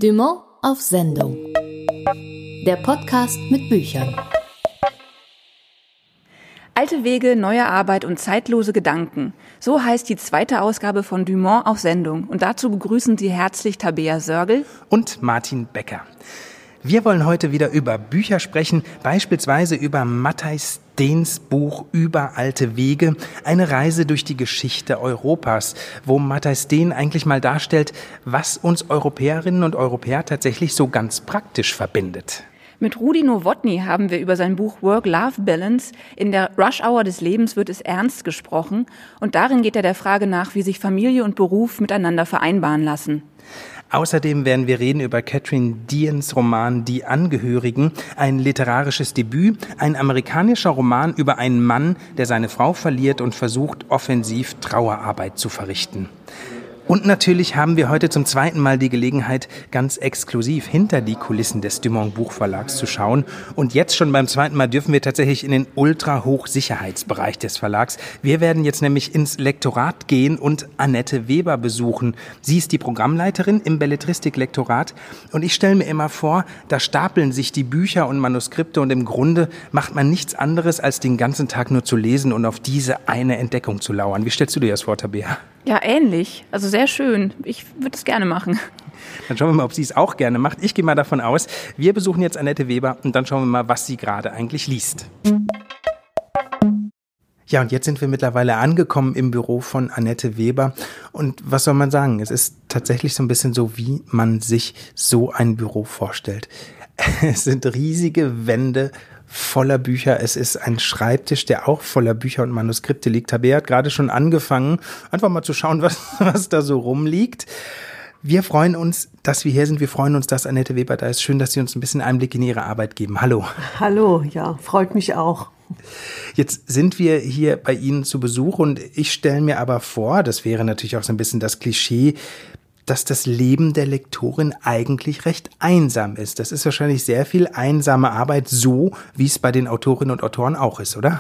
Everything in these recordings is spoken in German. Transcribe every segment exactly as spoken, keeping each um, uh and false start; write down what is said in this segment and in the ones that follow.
Dumont auf Sendung. Der Podcast mit Büchern. Alte Wege, neue Arbeit und zeitlose Gedanken. So heißt die zweite Ausgabe von Dumont auf Sendung. Und dazu begrüßen Sie herzlich Tabea Sörgel und Martin Becker. Wir wollen heute wieder über Bücher sprechen, beispielsweise über Matthijs Deens Buch Über alte Wege, eine Reise durch die Geschichte Europas, wo Matthijs Deen eigentlich mal darstellt, was uns Europäerinnen und Europäer tatsächlich so ganz praktisch verbindet. Mit Rudi Nowotny haben wir über sein Buch Work-Life-Balance in der Rush-Hour des Lebens wird es ernst gesprochen und darin geht er der Frage nach, wie sich Familie und Beruf miteinander vereinbaren lassen. Außerdem werden wir reden über Catherine Deens Roman Die Angehörigen, ein literarisches Debüt, ein amerikanischer Roman über einen Mann, der seine Frau verliert und versucht, offensiv Trauerarbeit zu verrichten. Und natürlich haben wir heute zum zweiten Mal die Gelegenheit, ganz exklusiv hinter die Kulissen des Dumont Buchverlags zu schauen. Und jetzt schon beim zweiten Mal dürfen wir tatsächlich in den Ultra-Hochsicherheitsbereich des Verlags. Wir werden jetzt nämlich ins Lektorat gehen und Annette Weber besuchen. Sie ist die Programmleiterin im Belletristik-Lektorat. Und ich stelle mir immer vor, da stapeln sich die Bücher und Manuskripte und im Grunde macht man nichts anderes, als den ganzen Tag nur zu lesen und auf diese eine Entdeckung zu lauern. Wie stellst du dir das vor, Tabea? Ja, ähnlich. Also sehr schön. Ich würde es gerne machen. Dann schauen wir mal, ob sie es auch gerne macht. Ich gehe mal davon aus. Wir besuchen jetzt Annette Weber und dann schauen wir mal, was sie gerade eigentlich liest. Ja, und jetzt sind wir mittlerweile angekommen im Büro von Annette Weber. Und was soll man sagen? Es ist tatsächlich so ein bisschen so, wie man sich so ein Büro vorstellt. Es sind riesige Wände voller Bücher. Es ist ein Schreibtisch, der auch voller Bücher und Manuskripte liegt. Tabea hat gerade schon angefangen, einfach mal zu schauen, was, was da so rumliegt. Wir freuen uns, dass wir hier sind. Wir freuen uns, dass Annette Weber da ist. Schön, dass Sie uns ein bisschen Einblick in Ihre Arbeit geben. Hallo. Hallo, ja, freut mich auch. Jetzt sind wir hier bei Ihnen zu Besuch und ich stelle mir aber vor, das wäre natürlich auch so ein bisschen das Klischee, dass das Leben der Lektorin eigentlich recht einsam ist. Das ist wahrscheinlich sehr viel einsame Arbeit, so wie es bei den Autorinnen und Autoren auch ist, oder?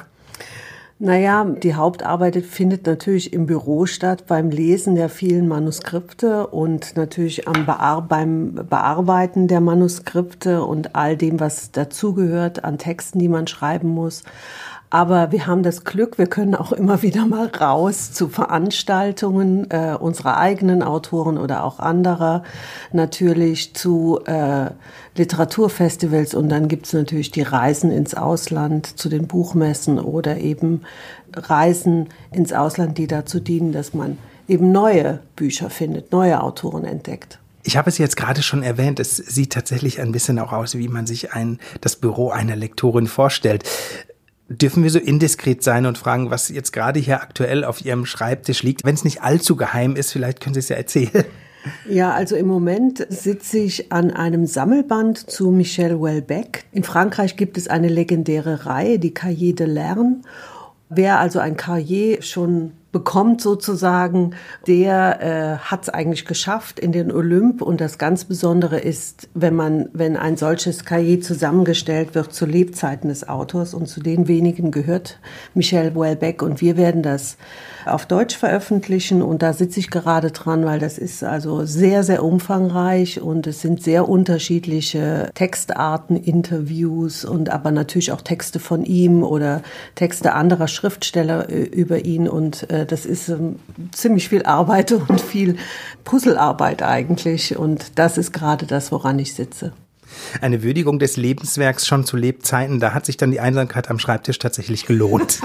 Naja, die Hauptarbeit findet natürlich im Büro statt, beim Lesen der vielen Manuskripte und natürlich am Bear- beim Bearbeiten der Manuskripte und all dem, was dazugehört an Texten, die man schreiben muss. Aber wir haben das Glück, wir können auch immer wieder mal raus zu Veranstaltungen äh, unserer eigenen Autoren oder auch anderer, natürlich zu äh, Literaturfestivals und dann gibt's natürlich die Reisen ins Ausland zu den Buchmessen oder eben Reisen ins Ausland, die dazu dienen, dass man eben neue Bücher findet, neue Autoren entdeckt. Ich habe es jetzt gerade schon erwähnt, es sieht tatsächlich ein bisschen auch aus, wie man sich ein, das Büro einer Lektorin vorstellt. Dürfen wir so indiskret sein und fragen, was jetzt gerade hier aktuell auf Ihrem Schreibtisch liegt? Wenn es nicht allzu geheim ist, vielleicht können Sie es ja erzählen. Ja, also im Moment sitze ich an einem Sammelband zu Michel Houellebecq. In Frankreich gibt es eine legendäre Reihe, die Cahiers de Lerne. Wer also ein Cahier schon bekommt sozusagen, der äh, hat es eigentlich geschafft in den Olymp. Und das ganz Besondere ist, wenn man, wenn ein solches Cahier zusammengestellt wird zu Lebzeiten des Autors und zu den wenigen gehört Michel Houellebecq. Und wir werden das auf Deutsch veröffentlichen und da sitze ich gerade dran, weil das ist also sehr, sehr umfangreich und es sind sehr unterschiedliche Textarten, Interviews und aber natürlich auch Texte von ihm oder Texte anderer Schriftsteller über ihn und äh, das ist ähm, ziemlich viel Arbeit und viel Puzzlearbeit eigentlich und das ist gerade das, woran ich sitze. Eine Würdigung des Lebenswerks schon zu Lebzeiten, da hat sich dann die Einsamkeit am Schreibtisch tatsächlich gelohnt.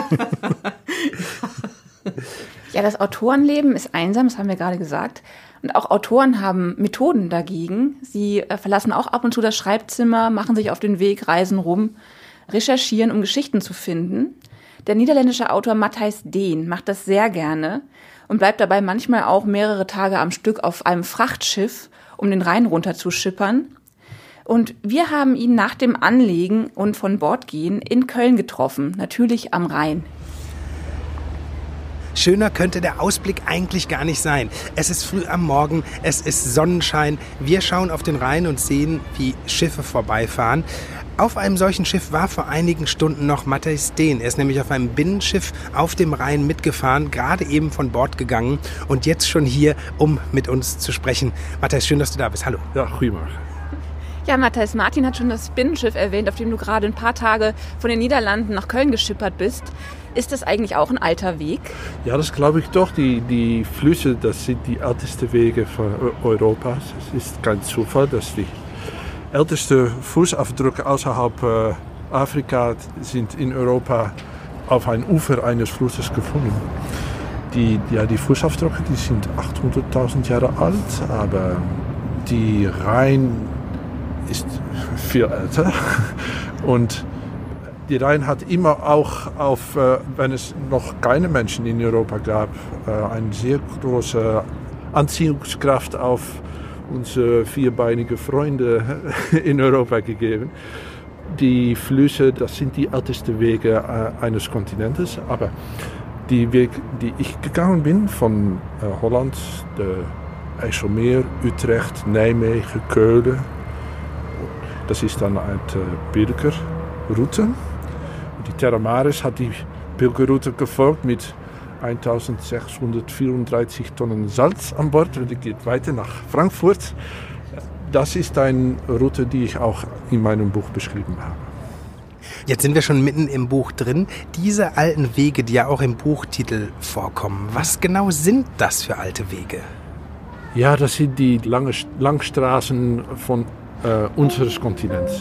Ja, das Autorenleben ist einsam, das haben wir gerade gesagt. Und auch Autoren haben Methoden dagegen. Sie äh, verlassen auch ab und zu das Schreibzimmer, machen sich auf den Weg, reisen rum, recherchieren, um Geschichten zu finden. Der niederländische Autor Matthijs Deen macht das sehr gerne und bleibt dabei manchmal auch mehrere Tage am Stück auf einem Frachtschiff, um den Rhein runter zu schippern. Und wir haben ihn nach dem Anlegen und von Bord gehen in Köln getroffen, natürlich am Rhein. Schöner könnte der Ausblick eigentlich gar nicht sein. Es ist früh am Morgen, es ist Sonnenschein. Wir schauen auf den Rhein und sehen, wie Schiffe vorbeifahren. Auf einem solchen Schiff war vor einigen Stunden noch Matthijs Steen. Er ist nämlich auf einem Binnenschiff auf dem Rhein mitgefahren, gerade eben von Bord gegangen und jetzt schon hier, um mit uns zu sprechen. Matthijs, schön, dass du da bist. Hallo. Ja, goedemorgen. Ja, Matthijs, Martin hat schon das Binnenschiff erwähnt, auf dem du gerade ein paar Tage von den Niederlanden nach Köln geschippert bist. Ist das eigentlich auch ein alter Weg? Ja, das glaube ich doch. Die, die Flüsse, das sind die ältesten Wege von Europas. Es ist kein Zufall, dass die ältesten Fußabdrücke außerhalb äh, Afrika sind in Europa auf ein Ufer eines Flusses gefunden. Die, ja, die Fußabdrücke, die sind achthunderttausend Jahre alt, aber die Rhein ist viel älter. Und die Rhein hat immer auch, auf, äh, wenn es noch keine Menschen in Europa gab, äh, eine sehr große Anziehungskraft auf unsere vierbeinige Freunde in Europa gegeben. Die Flüsse, das sind die ältesten Wege äh, eines Kontinentes, aber die Weg, die ich gegangen bin, von äh, Holland, der IJsselmeer, Utrecht, Nijmegen, Keulen, das ist dann eine Pilgerroute. Die Terra Maris hat die Pilgerroute gefolgt mit eintausendsechshundertvierunddreißig Tonnen Salz an Bord und die geht weiter nach Frankfurt. Das ist eine Route, die ich auch in meinem Buch beschrieben habe. Jetzt sind wir schon mitten im Buch drin. Diese alten Wege, die ja auch im Buchtitel vorkommen, was genau sind das für alte Wege? Ja, das sind die lange Langstraßen von äh, unseres Kontinents.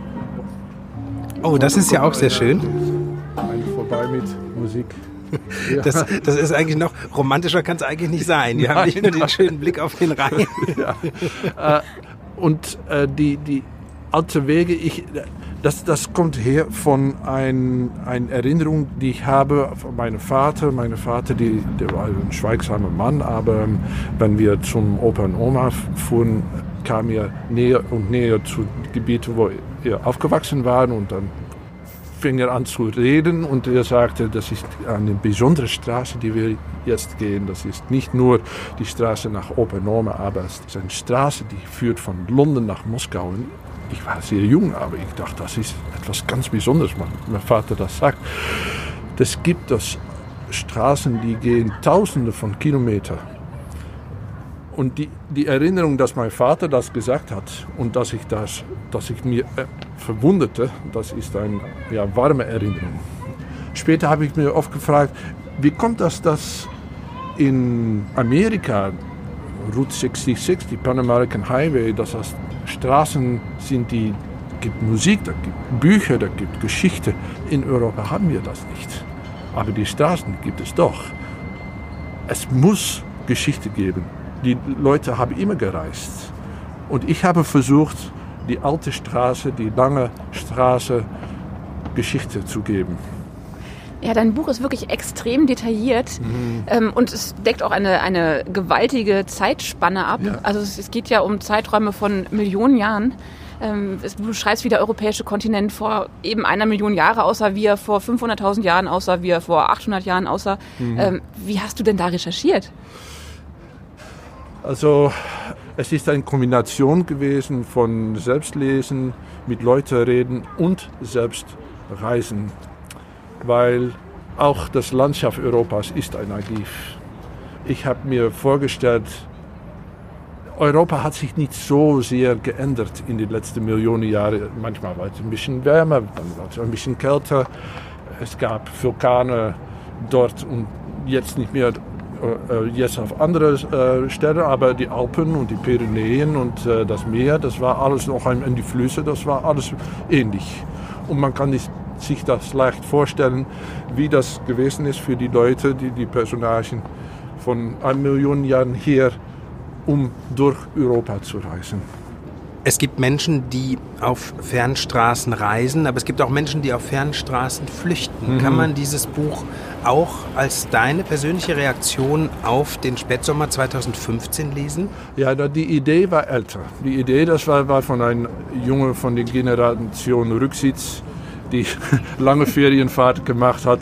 Oh, das ist ja auch sehr schön. Eine vorbei mit Musik. Ja. Das, das ist eigentlich noch, romantischer kann es eigentlich nicht sein. Die Nein, haben nicht nur den schönen Blick auf den Rhein. Ja. äh, und äh, die, die alten Wege, ich, das, das kommt her von ein, einer Erinnerung, die ich habe von meinem Vater. Mein Vater, die, der war ein schweigsamer Mann, aber wenn wir zum Opa und Oma fuhren, kam er näher und näher zu Gebieten, wo er aufgewachsen war, und dann fing er an zu reden und er sagte, das ist eine besondere Straße, die wir jetzt gehen. Das ist nicht nur die Straße nach Opa und Oma, aber es ist eine Straße, die führt von London nach Moskau. Und ich war sehr jung, aber ich dachte, das ist etwas ganz Besonderes, wenn mein Vater das sagt. Es gibt das Straßen, die gehen Tausende von Kilometern. Und die, die Erinnerung, dass mein Vater das gesagt hat und dass ich, das, dass ich mir äh, verwunderte, das ist eine ja, warme Erinnerung. Später habe ich mir oft gefragt, wie kommt das, dass in Amerika Route sechsundsechzig, die Pan American Highway, dass das Straßen sind, die gibt Musik, da gibt Bücher, da gibt Geschichte. In Europa haben wir das nicht. Aber die Straßen gibt es doch. Es muss Geschichte geben. Die Leute haben immer gereist. Und ich habe versucht, die alte Straße, die lange Straße, Geschichte zu geben. Ja, dein Buch ist wirklich extrem detailliert mhm. ähm, und es deckt auch eine, eine gewaltige Zeitspanne ab. Ja. Also es, es geht ja um Zeiträume von Millionen Jahren. Ähm, es, du beschreibst, wie der europäische Kontinent vor eben einer Million Jahre aussah, wie er vor fünfhunderttausend Jahren aussah, wie er vor achthundert Jahren aussah. Mhm. Ähm, wie hast du denn da recherchiert? Also es ist eine Kombination gewesen von Selbstlesen, mit Leuten reden und selbst reisen. Weil auch das Landschaft Europas ist ein Archiv. Ich habe mir vorgestellt, Europa hat sich nicht so sehr geändert in den letzten Millionen Jahren. Manchmal war es ein bisschen wärmer, dann war es ein bisschen kälter. Es gab Vulkane dort und jetzt nicht mehr. Jetzt auf andere äh, Stellen, aber die Alpen und die Pyrenäen und äh, das Meer, das war alles noch ein, und die Flüsse, das war alles ähnlich. Und man kann nicht, sich das leicht vorstellen, wie das gewesen ist für die Leute, die, die Personagen von einer Million Jahren her, um durch Europa zu reisen. Es gibt Menschen, die auf Fernstraßen reisen, aber es gibt auch Menschen, die auf Fernstraßen flüchten. Mhm. Kann man dieses Buch auch als deine persönliche Reaktion auf den Spätsommer zweitausendfünfzehn lesen? Ja, die Idee war älter. Die Idee, das war, war von einem Junge von der Generation Rücksitz, die lange Ferienfahrt gemacht hat.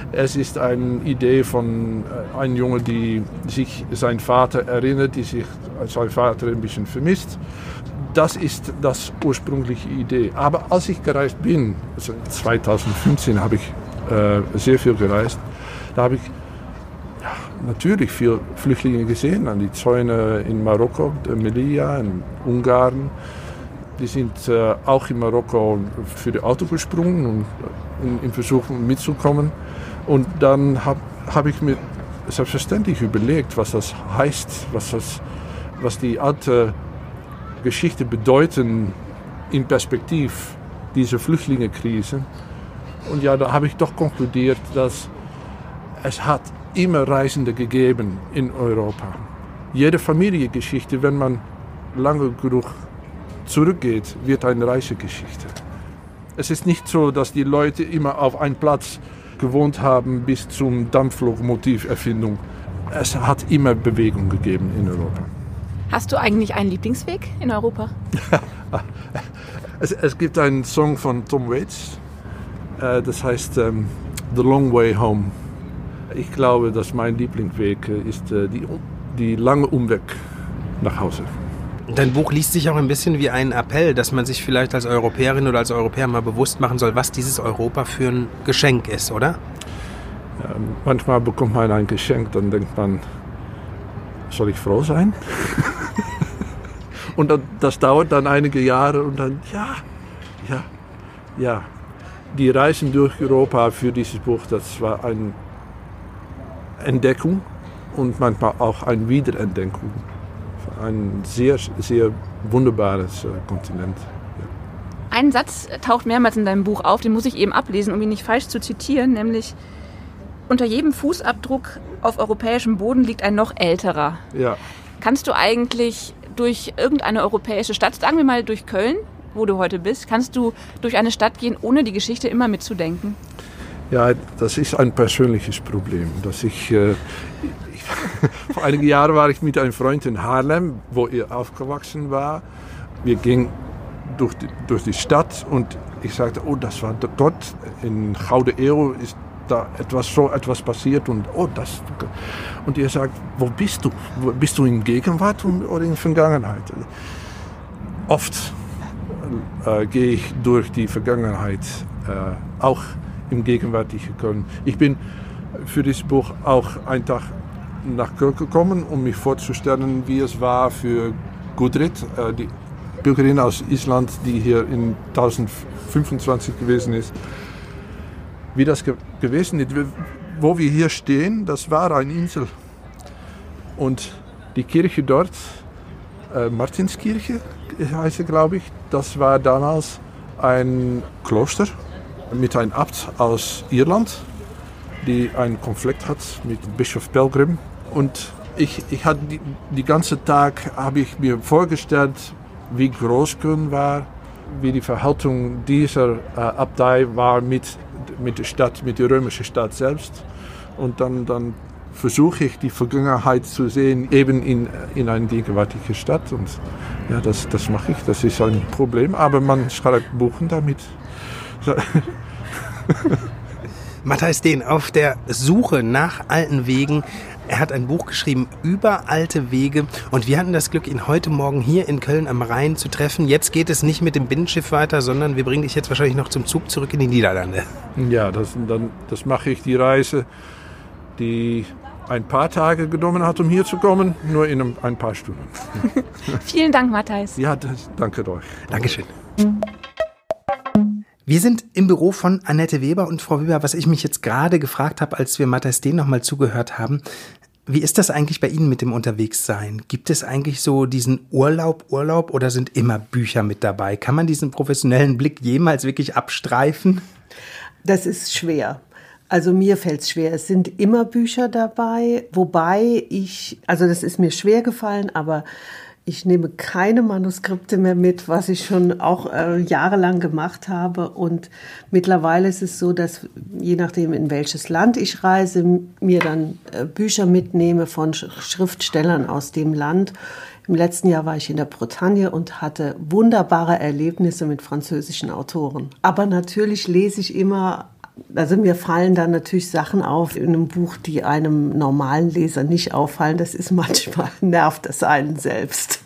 Es ist eine Idee von einem Jungen, der sich seinen Vater erinnert, die sich seinen Vater ein bisschen vermisst. Das ist das ursprüngliche Idee. Aber als ich gereist bin, also zweitausendfünfzehn habe ich äh, sehr viel gereist, da habe ich ja, natürlich viele Flüchtlinge gesehen, an die Zäune in Marokko, Melilla, in Ungarn. Die sind äh, auch in Marokko für die Auto gesprungen und in, im Versuch mitzukommen. Und dann habe hab ich mir selbstverständlich überlegt, was das heißt, was, das, was die alte Geschichte bedeuten in Perspektiv dieser Flüchtlingskrise. Und ja, da habe ich doch konkludiert, dass es hat immer Reisende gegeben in Europa. Jede Familiengeschichte, wenn man lange genug zurückgeht, wird eine Reisegeschichte. Es ist nicht so, dass die Leute immer auf einem Platz gewohnt haben bis zum Dampflokomotiverfindung. Es hat immer Bewegung gegeben in Europa. Hast du eigentlich einen Lieblingsweg in Europa? es, es gibt einen Song von Tom Waits, äh, das heißt ähm, The Long Way Home. Ich glaube, dass mein Lieblingsweg äh, ist äh, die, die lange Umweg nach Hause. Dein Buch liest sich auch ein bisschen wie ein Appell, dass man sich vielleicht als Europäerin oder als Europäer mal bewusst machen soll, was dieses Europa für ein Geschenk ist, oder? Ja, manchmal bekommt man ein Geschenk, dann denkt man, soll ich froh sein? Und dann, das dauert dann einige Jahre und dann, ja, ja, ja. Die Reisen durch Europa für dieses Buch, das war eine Entdeckung und manchmal auch eine Wiederentdeckung. Ein sehr, sehr wunderbares äh, Kontinent. Ja. Ein Satz taucht mehrmals in deinem Buch auf, den muss ich eben ablesen, um ihn nicht falsch zu zitieren, nämlich: Unter jedem Fußabdruck auf europäischem Boden liegt ein noch älterer. Ja. Kannst du eigentlich durch irgendeine europäische Stadt, sagen wir mal durch Köln, wo du heute bist, kannst du durch eine Stadt gehen, ohne die Geschichte immer mitzudenken? Ja, das ist ein persönliches Problem, dass ich... Äh, Vor einigen Jahren war ich mit einem Freund in Haarlem, wo er aufgewachsen war. Wir gingen durch die, durch die Stadt und ich sagte, oh, das war dort in Gouden Eeuw ist da etwas so etwas passiert und oh, das. Und er sagt, wo bist du? Bist du in Gegenwart oder in Vergangenheit? Oft äh, gehe ich durch die Vergangenheit, äh, auch im gegenwärtigen Köln. Ich bin für dieses Buch auch einen Tag nach Köln gekommen, um mich vorzustellen, wie es war für Gudrid, äh, die Bürgerin aus Island, die hier in tausendfünfundzwanzig gewesen ist. Wie das ge- gewesen ist, wo wir hier stehen, das war eine Insel. Und die Kirche dort, äh, Martinskirche heißt sie, glaube ich, das war damals ein Kloster mit einem Abt aus Irland, die einen Konflikt hat mit Bischof Pelgrim. Und ich, ich hatte die, die ganze Tag habe ich mir vorgestellt, wie groß Köln war, wie die Verhaltung dieser äh, Abtei war mit, mit der Stadt, mit der römischen Stadt selbst. Und dann, dann versuche ich die Vergangenheit zu sehen, eben in, in einer gegenwärtigen Stadt. Und ja, das, das mache ich, das ist ein Problem, aber man schreibt Buchen damit. Matthijs Dehn auf der Suche nach alten Wegen. Er hat ein Buch geschrieben über alte Wege und wir hatten das Glück, ihn heute Morgen hier in Köln am Rhein zu treffen. Jetzt geht es nicht mit dem Binnenschiff weiter, sondern wir bringen dich jetzt wahrscheinlich noch zum Zug zurück in die Niederlande. Ja, das, dann, das mache ich, die Reise, die ein paar Tage genommen hat, um hier zu kommen, nur in ein paar Stunden. Vielen Dank, Matthijs. Ja, das, danke euch. Dankeschön. Wir sind im Büro von Annette Weber und Frau Weber, was ich mich jetzt gerade gefragt habe, als wir Matthijs Dehn nochmal zugehört haben, wie ist das eigentlich bei Ihnen mit dem Unterwegssein? Gibt es eigentlich so diesen Urlaub, Urlaub oder sind immer Bücher mit dabei? Kann man diesen professionellen Blick jemals wirklich abstreifen? Das ist schwer. Also mir fällt es schwer. Es sind immer Bücher dabei, wobei ich, also das ist mir schwer gefallen, aber ich nehme keine Manuskripte mehr mit, was ich schon auch äh, jahrelang gemacht habe. Und mittlerweile ist es so, dass je nachdem, in welches Land ich reise, mir dann äh, Bücher mitnehme von Sch- Schriftstellern aus dem Land. Im letzten Jahr war ich in der Bretagne und hatte wunderbare Erlebnisse mit französischen Autoren. Aber natürlich lese ich immer Also mir fallen dann natürlich Sachen auf in einem Buch, die einem normalen Leser nicht auffallen. Das ist manchmal, nervt das einen selbst.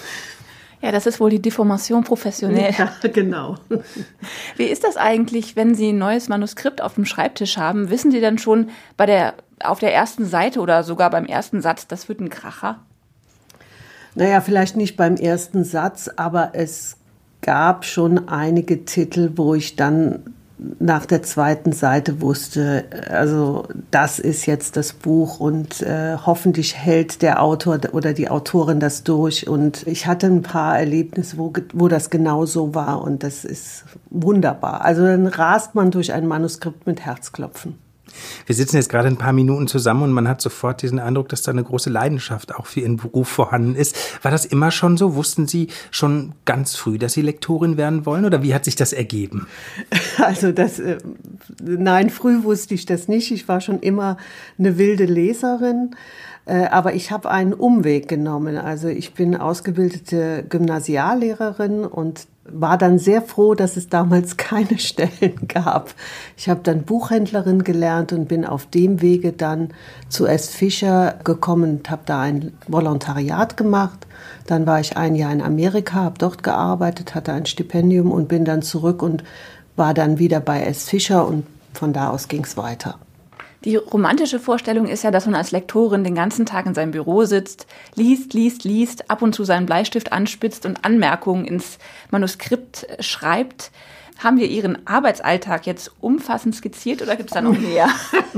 Ja, das ist wohl die Deformation professionell. Ja, genau. Wie ist das eigentlich, wenn Sie ein neues Manuskript auf dem Schreibtisch haben? Wissen Sie dann schon bei der, auf der ersten Seite oder sogar beim ersten Satz, das wird ein Kracher? Naja, vielleicht nicht beim ersten Satz, aber es gab schon einige Titel, wo ich dann nach der zweiten Seite wusste, also das ist jetzt das Buch und äh, hoffentlich hält der Autor oder die Autorin das durch. Und ich hatte ein paar Erlebnisse, wo, wo das genau so war und das ist wunderbar. Also dann rast man durch ein Manuskript mit Herzklopfen. Wir sitzen jetzt gerade ein paar Minuten zusammen und man hat sofort diesen Eindruck, dass da eine große Leidenschaft auch für Ihren Beruf vorhanden ist. War das immer schon so? Wussten Sie schon ganz früh, dass Sie Lektorin werden wollen oder wie hat sich das ergeben? Also das, äh, nein, früh wusste ich das nicht. Ich war schon immer eine wilde Leserin. Aber ich habe einen Umweg genommen. Also ich bin ausgebildete Gymnasiallehrerin und war dann sehr froh, dass es damals keine Stellen gab. Ich habe dann Buchhändlerin gelernt und bin auf dem Wege dann zu S. Fischer gekommen und habe da ein Volontariat gemacht. Dann war ich ein Jahr in Amerika, habe dort gearbeitet, hatte ein Stipendium und bin dann zurück und war dann wieder bei S. Fischer und von da aus ging es weiter. Die romantische Vorstellung ist ja, dass man als Lektorin den ganzen Tag in seinem Büro sitzt, liest, liest, liest, ab und zu seinen Bleistift anspitzt und Anmerkungen ins Manuskript schreibt. Haben wir Ihren Arbeitsalltag jetzt umfassend skizziert oder gibt es da noch mehr?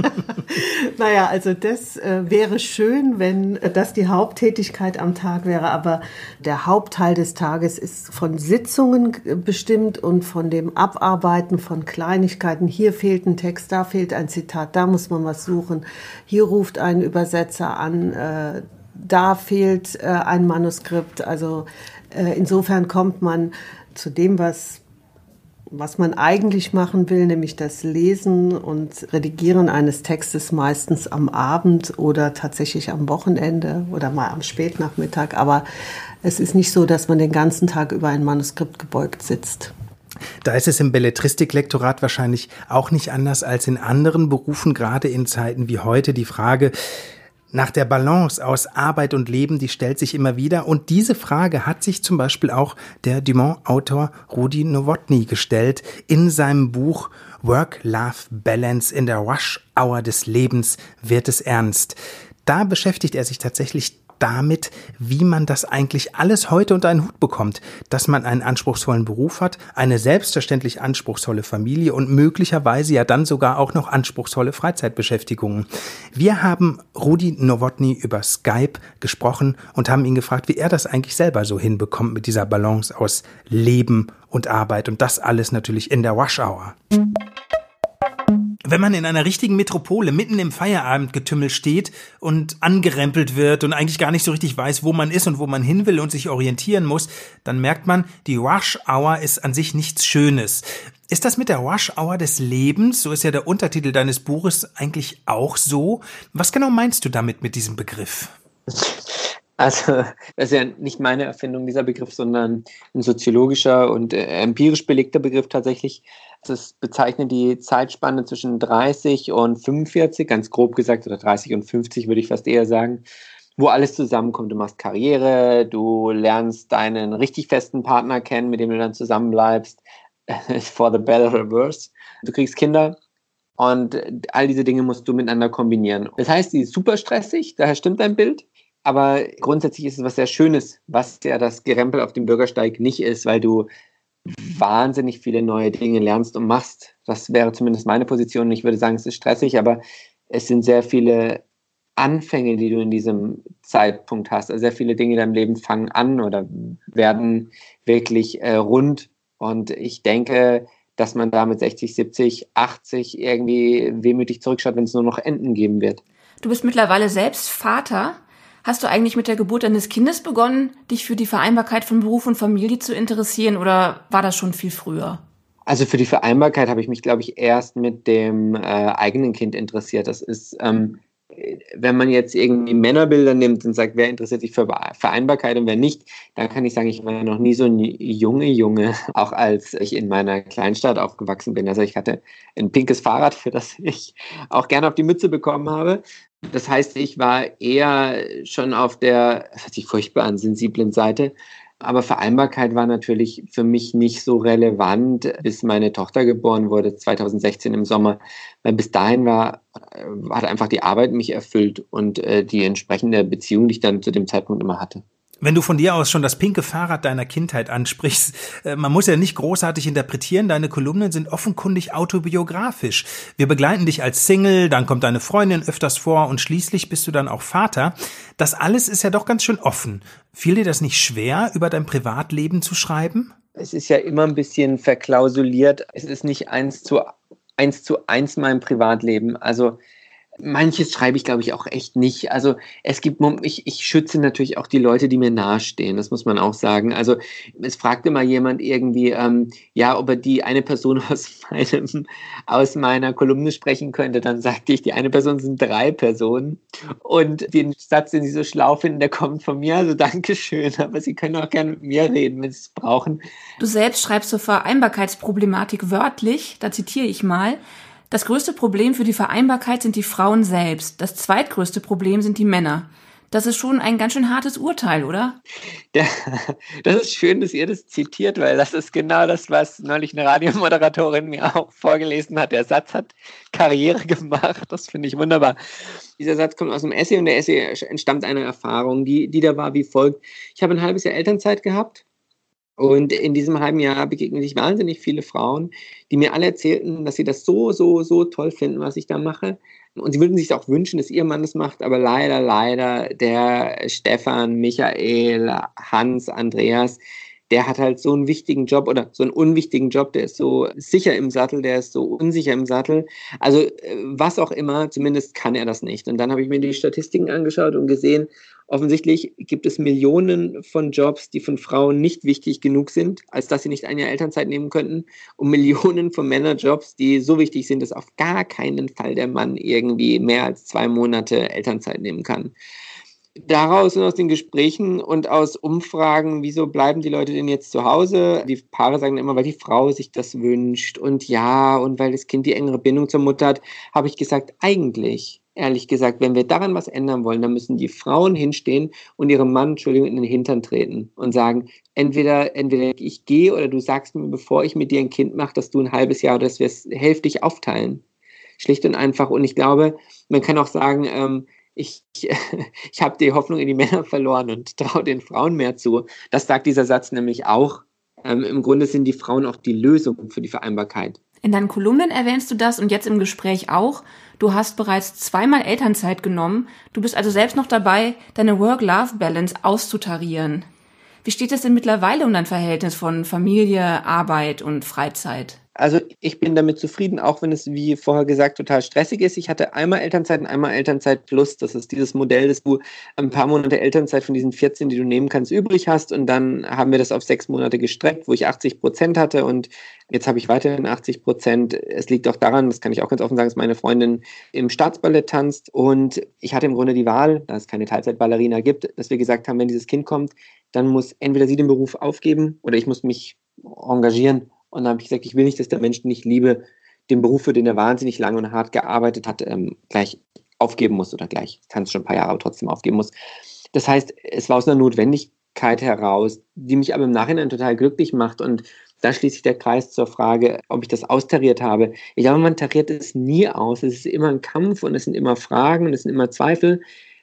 Naja, also das äh, wäre schön, wenn äh, das die Haupttätigkeit am Tag wäre, aber der Hauptteil des Tages ist von Sitzungen äh, bestimmt und von dem Abarbeiten von Kleinigkeiten. Hier fehlt ein Text, da fehlt ein Zitat, da muss man was suchen. Hier ruft ein Übersetzer an, äh, da fehlt äh, ein Manuskript. Also äh, insofern kommt man zu dem, was Was man eigentlich machen will, nämlich das Lesen und Redigieren eines Textes meistens am Abend oder tatsächlich am Wochenende oder mal am Spätnachmittag. Aber es ist nicht so, dass man den ganzen Tag über ein Manuskript gebeugt sitzt. Da ist es im Belletristiklektorat wahrscheinlich auch nicht anders als in anderen Berufen, gerade in Zeiten wie heute. Die Frage nach der Balance aus Arbeit und Leben, die stellt sich immer wieder. Und diese Frage hat sich zum Beispiel auch der Dumont-Autor Rudi Nowotny gestellt in seinem Buch Work-Life-Balance in der Rush-Hour des Lebens wird es ernst. Da beschäftigt er sich tatsächlich damit, wie man das eigentlich alles heute unter einen Hut bekommt, dass man einen anspruchsvollen Beruf hat, eine selbstverständlich anspruchsvolle Familie und möglicherweise ja dann sogar auch noch anspruchsvolle Freizeitbeschäftigungen. Wir haben Rudi Nowotny über Skype gesprochen und haben ihn gefragt, wie er das eigentlich selber so hinbekommt mit dieser Balance aus Leben und Arbeit und das alles natürlich in der Rush Hour. Wenn man in einer richtigen Metropole mitten im Feierabendgetümmel steht und angerempelt wird und eigentlich gar nicht so richtig weiß, wo man ist und wo man hin will und sich orientieren muss, dann merkt man, die Rush Hour ist an sich nichts Schönes. Ist das mit der Rush Hour des Lebens, so ist ja der Untertitel deines Buches, eigentlich auch so? Was genau meinst du damit mit diesem Begriff? Also, das ist ja nicht meine Erfindung, dieser Begriff, sondern ein soziologischer und äh, empirisch belegter Begriff tatsächlich. Das bezeichnet die Zeitspanne zwischen dreißig und fünfundvierzig, ganz grob gesagt, oder dreißig und fünfzig würde ich fast eher sagen, wo alles zusammenkommt. Du machst Karriere, du lernst deinen richtig festen Partner kennen, mit dem du dann zusammenbleibst, for the better or worse. Du kriegst Kinder und all diese Dinge musst du miteinander kombinieren. Das heißt, die ist super stressig, daher stimmt dein Bild. Aber grundsätzlich ist es was sehr Schönes, was ja das Gerempel auf dem Bürgersteig nicht ist, weil du wahnsinnig viele neue Dinge lernst und machst. Das wäre zumindest meine Position. Ich würde sagen, es ist stressig, aber es sind sehr viele Anfänge, die du in diesem Zeitpunkt hast. Also sehr viele Dinge in deinem Leben fangen an oder werden wirklich äh, rund. Und ich denke, dass man da mit sechzig, siebzig, achtzig irgendwie wehmütig zurückschaut, wenn es nur noch Enden geben wird. Du bist mittlerweile selbst Vater. Hast du eigentlich mit der Geburt deines Kindes begonnen, dich für die Vereinbarkeit von Beruf und Familie zu interessieren oder war das schon viel früher? Also für die Vereinbarkeit habe ich mich, glaube ich, erst mit dem äh, eigenen Kind interessiert. Das ist, ähm, wenn man jetzt irgendwie Männerbilder nimmt und sagt, wer interessiert sich für Vereinbarkeit und wer nicht, dann kann ich sagen, ich war noch nie so ein junge Junge, auch als ich in meiner Kleinstadt aufgewachsen bin. Also ich hatte ein pinkes Fahrrad, für das ich auch gerne auf die Mütze bekommen habe. Das heißt, ich war eher schon auf der, das hört sich furchtbar an, sensiblen Seite. Aber Vereinbarkeit war natürlich für mich nicht so relevant, bis meine Tochter geboren wurde, zwanzig sechzehn im Sommer. Weil bis dahin war, hat einfach die Arbeit mich erfüllt und äh, die entsprechende Beziehung, die ich dann zu dem Zeitpunkt immer hatte. Wenn du von dir aus schon das pinke Fahrrad deiner Kindheit ansprichst, äh, man muss ja nicht großartig interpretieren, deine Kolumnen sind offenkundig autobiografisch. Wir begleiten dich als Single, dann kommt deine Freundin öfters vor und schließlich bist du dann auch Vater. Das alles ist ja doch ganz schön offen. Fiel dir das nicht schwer, über dein Privatleben zu schreiben? Es ist ja immer ein bisschen verklausuliert. Es ist nicht eins zu eins zu eins mein Privatleben. Also manches schreibe ich, glaube ich, auch echt nicht. Also es gibt, ich, ich schütze natürlich auch die Leute, die mir nahestehen, das muss man auch sagen. Also es fragte mal jemand irgendwie, ähm, ja, ob er die eine Person aus meinem, aus meiner Kolumne sprechen könnte. Dann sagte ich, die eine Person sind drei Personen. Und den Satz, den Sie so schlau finden, der kommt von mir, also Dankeschön. Aber Sie können auch gerne mit mir reden, wenn Sie es brauchen. Du selbst schreibst zur Vereinbarkeitsproblematik wörtlich, da zitiere ich mal: Das größte Problem für die Vereinbarkeit sind die Frauen selbst. Das zweitgrößte Problem sind die Männer. Das ist schon ein ganz schön hartes Urteil, oder? Ja, das ist schön, dass ihr das zitiert, weil das ist genau das, was neulich eine Radiomoderatorin mir auch vorgelesen hat. Der Satz hat Karriere gemacht. Das finde ich wunderbar. Dieser Satz kommt aus einem Essay und der Essay entstammt einer Erfahrung, die, die da war wie folgt. Ich habe ein halbes Jahr Elternzeit gehabt. Und in diesem halben Jahr begegnen sich wahnsinnig viele Frauen, die mir alle erzählten, dass sie das so, so, so toll finden, was ich da mache. Und sie würden sich auch wünschen, dass ihr Mann das macht, aber leider, leider, der Stefan, Michael, Hans, Andreas, der hat halt so einen wichtigen Job oder so einen unwichtigen Job, der ist so sicher im Sattel, der ist so unsicher im Sattel. Also was auch immer, zumindest kann er das nicht. Und dann habe ich mir die Statistiken angeschaut und gesehen, offensichtlich gibt es Millionen von Jobs, die von Frauen nicht wichtig genug sind, als dass sie nicht ein Jahr Elternzeit nehmen könnten, und Millionen von Männerjobs, die so wichtig sind, dass auf gar keinen Fall der Mann irgendwie mehr als zwei Monate Elternzeit nehmen kann. Daraus und aus den Gesprächen und aus Umfragen, wieso bleiben die Leute denn jetzt zu Hause? Die Paare sagen immer, weil die Frau sich das wünscht und ja, und weil das Kind die engere Bindung zur Mutter hat, habe ich gesagt, eigentlich, ehrlich gesagt, wenn wir daran was ändern wollen, dann müssen die Frauen hinstehen und ihrem Mann, Entschuldigung, in den Hintern treten und sagen, entweder, entweder ich gehe oder du sagst mir, bevor ich mit dir ein Kind mache, dass du ein halbes Jahr oder dass wir es hälftig aufteilen. Schlicht und einfach. Und ich glaube, man kann auch sagen, ähm, Ich, ich habe die Hoffnung in die Männer verloren und traue den Frauen mehr zu. Das sagt dieser Satz nämlich auch. Ähm, Im Grunde sind die Frauen auch die Lösung für die Vereinbarkeit. In deinen Kolumnen erwähnst du das und jetzt im Gespräch auch. Du hast bereits zweimal Elternzeit genommen. Du bist also selbst noch dabei, deine Work-Life-Balance auszutarieren. Wie steht es denn mittlerweile um dein Verhältnis von Familie, Arbeit und Freizeit? Also ich bin damit zufrieden, auch wenn es, wie vorher gesagt, total stressig ist. Ich hatte einmal Elternzeit und einmal Elternzeit plus. Das ist dieses Modell, dass du ein paar Monate Elternzeit von diesen vierzehn, die du nehmen kannst, übrig hast. Und dann haben wir das auf sechs Monate gestreckt, wo ich achtzig Prozent hatte. Und jetzt habe ich weiterhin achtzig Prozent. Es liegt auch daran, das kann ich auch ganz offen sagen, dass meine Freundin im Staatsballett tanzt. Und ich hatte im Grunde die Wahl, da es keine Teilzeitballerina gibt, dass wir gesagt haben, wenn dieses Kind kommt, dann muss entweder sie den Beruf aufgeben oder ich muss mich engagieren. Und dann habe ich gesagt, ich will nicht, dass der Mensch, den ich liebe, den Beruf, für den er wahnsinnig lange und hart gearbeitet hat, ähm, gleich aufgeben muss oder gleich, kann es schon ein paar Jahre, aber trotzdem aufgeben muss. Das heißt, es war aus einer Notwendigkeit heraus, die mich aber im Nachhinein total glücklich macht. Und da schließt sich der Kreis zur Frage, ob ich das austariert habe. Ich glaube, man tariert es nie aus. Es ist immer ein Kampf und es sind immer Fragen und es sind immer Zweifel.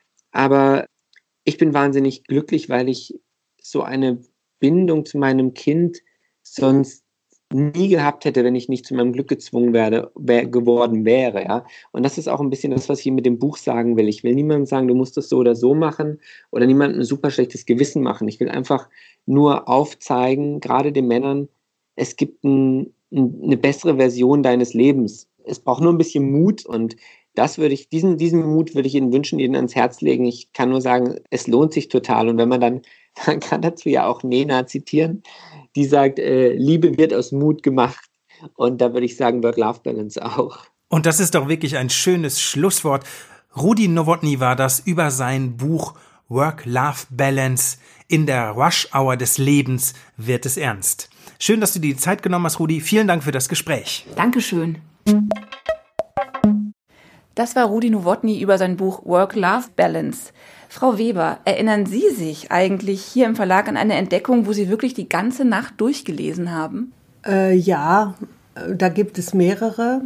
Aber ich bin wahnsinnig glücklich, weil ich so eine Bindung zu meinem Kind sonst nie gehabt hätte, wenn ich nicht zu meinem Glück gezwungen werde, wär, geworden wäre. Ja? Und das ist auch ein bisschen das, was ich mit dem Buch sagen will. Ich will niemandem sagen, du musst das so oder so machen oder niemandem ein super schlechtes Gewissen machen. Ich will einfach nur aufzeigen, gerade den Männern, es gibt ein, ein, eine bessere Version deines Lebens. Es braucht nur ein bisschen Mut und das würde ich, diesen, diesen Mut würde ich Ihnen wünschen, Ihnen ans Herz legen. Ich kann nur sagen, es lohnt sich total. Und wenn man dann, man kann dazu ja auch Nena zitieren, die sagt, äh, Liebe wird aus Mut gemacht. Und da würde ich sagen, Work-Life-Balance auch. Und das ist doch wirklich ein schönes Schlusswort. Rudi Nowotny war das über sein Buch Work-Life-Balance. In der Rush-Hour des Lebens wird es ernst. Schön, dass du dir die Zeit genommen hast, Rudi. Vielen Dank für das Gespräch. Dankeschön. Das war Rudi Nowotny über sein Buch Work-Life-Balance. Frau Weber, erinnern Sie sich eigentlich hier im Verlag an eine Entdeckung, wo Sie wirklich die ganze Nacht durchgelesen haben? Äh, ja, da gibt es mehrere.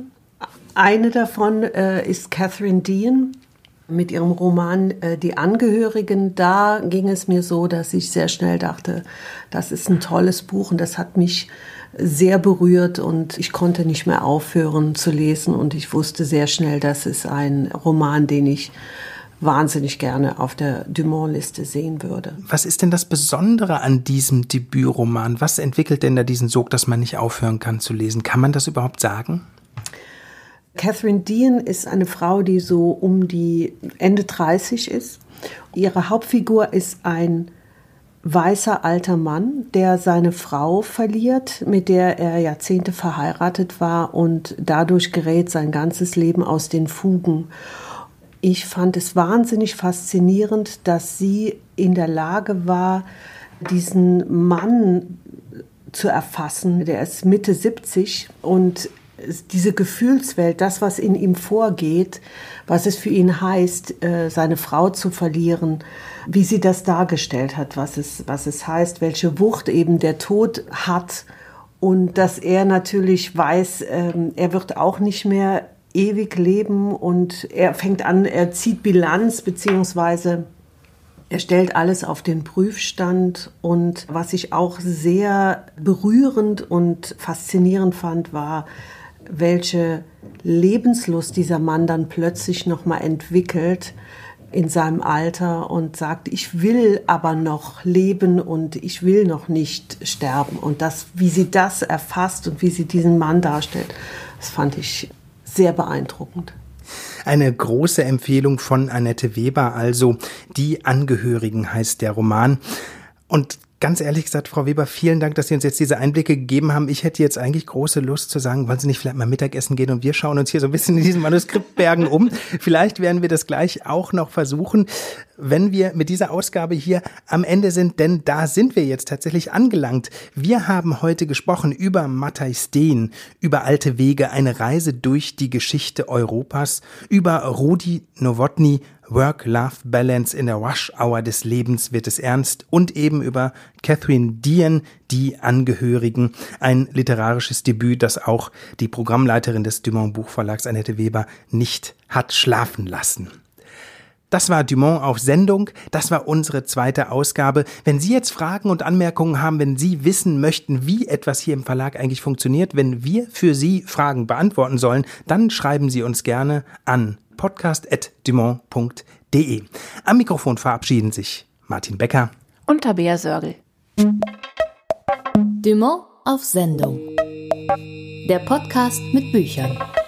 Eine davon äh, ist Catherine Dean mit ihrem Roman äh, Die Angehörigen. Da ging es mir so, dass ich sehr schnell dachte, das ist ein tolles Buch und das hat mich sehr berührt und ich konnte nicht mehr aufhören zu lesen und ich wusste sehr schnell, das ist ein Roman, den ich wahnsinnig gerne auf der Dumont-Liste sehen würde. Was ist denn das Besondere an diesem Debütroman? Was entwickelt denn da diesen Sog, dass man nicht aufhören kann zu lesen? Kann man das überhaupt sagen? Catherine Dean ist eine Frau, die so um die Ende dreißig ist. Ihre Hauptfigur ist ein weißer alter Mann, der seine Frau verliert, mit der er Jahrzehnte verheiratet war und dadurch gerät sein ganzes Leben aus den Fugen. Ich fand es wahnsinnig faszinierend, dass sie in der Lage war, diesen Mann zu erfassen. Der ist Mitte siebzig und diese Gefühlswelt, das, was in ihm vorgeht, was es für ihn heißt, seine Frau zu verlieren, wie sie das dargestellt hat, was es, was es heißt, welche Wucht eben der Tod hat und dass er natürlich weiß, er wird auch nicht mehr ewig leben und er fängt an, er zieht Bilanz, beziehungsweise er stellt alles auf den Prüfstand und was ich auch sehr berührend und faszinierend fand, war, welche Lebenslust dieser Mann dann plötzlich nochmal entwickelt in seinem Alter und sagt, ich will aber noch leben und ich will noch nicht sterben. Und das, wie sie das erfasst und wie sie diesen Mann darstellt, das fand ich sehr beeindruckend. Eine große Empfehlung von Annette Weber, also Die Angehörigen heißt der Roman. Und ganz ehrlich gesagt, Frau Weber, vielen Dank, dass Sie uns jetzt diese Einblicke gegeben haben. Ich hätte jetzt eigentlich große Lust zu sagen, wollen Sie nicht vielleicht mal Mittagessen gehen und wir schauen uns hier so ein bisschen in diesen Manuskriptbergen um. Vielleicht werden wir das gleich auch noch versuchen, wenn wir mit dieser Ausgabe hier am Ende sind, denn da sind wir jetzt tatsächlich angelangt. Wir haben heute gesprochen über Matthijs Deen, über Alte Wege, eine Reise durch die Geschichte Europas, über Rudi Nowotny, Work-Life-Balance in der Rush-Hour des Lebens wird es ernst und eben über Catherine Dean, Die Angehörigen, ein literarisches Debüt, das auch die Programmleiterin des Dumont Buchverlags Annette Weber nicht hat schlafen lassen. Das war Dumont auf Sendung, das war unsere zweite Ausgabe. Wenn Sie jetzt Fragen und Anmerkungen haben, wenn Sie wissen möchten, wie etwas hier im Verlag eigentlich funktioniert, wenn wir für Sie Fragen beantworten sollen, dann schreiben Sie uns gerne an podcast at dumont punkt de. Am Mikrofon verabschieden sich Martin Becker und Tabea Sörgel. Dumont auf Sendung. Der Podcast mit Büchern.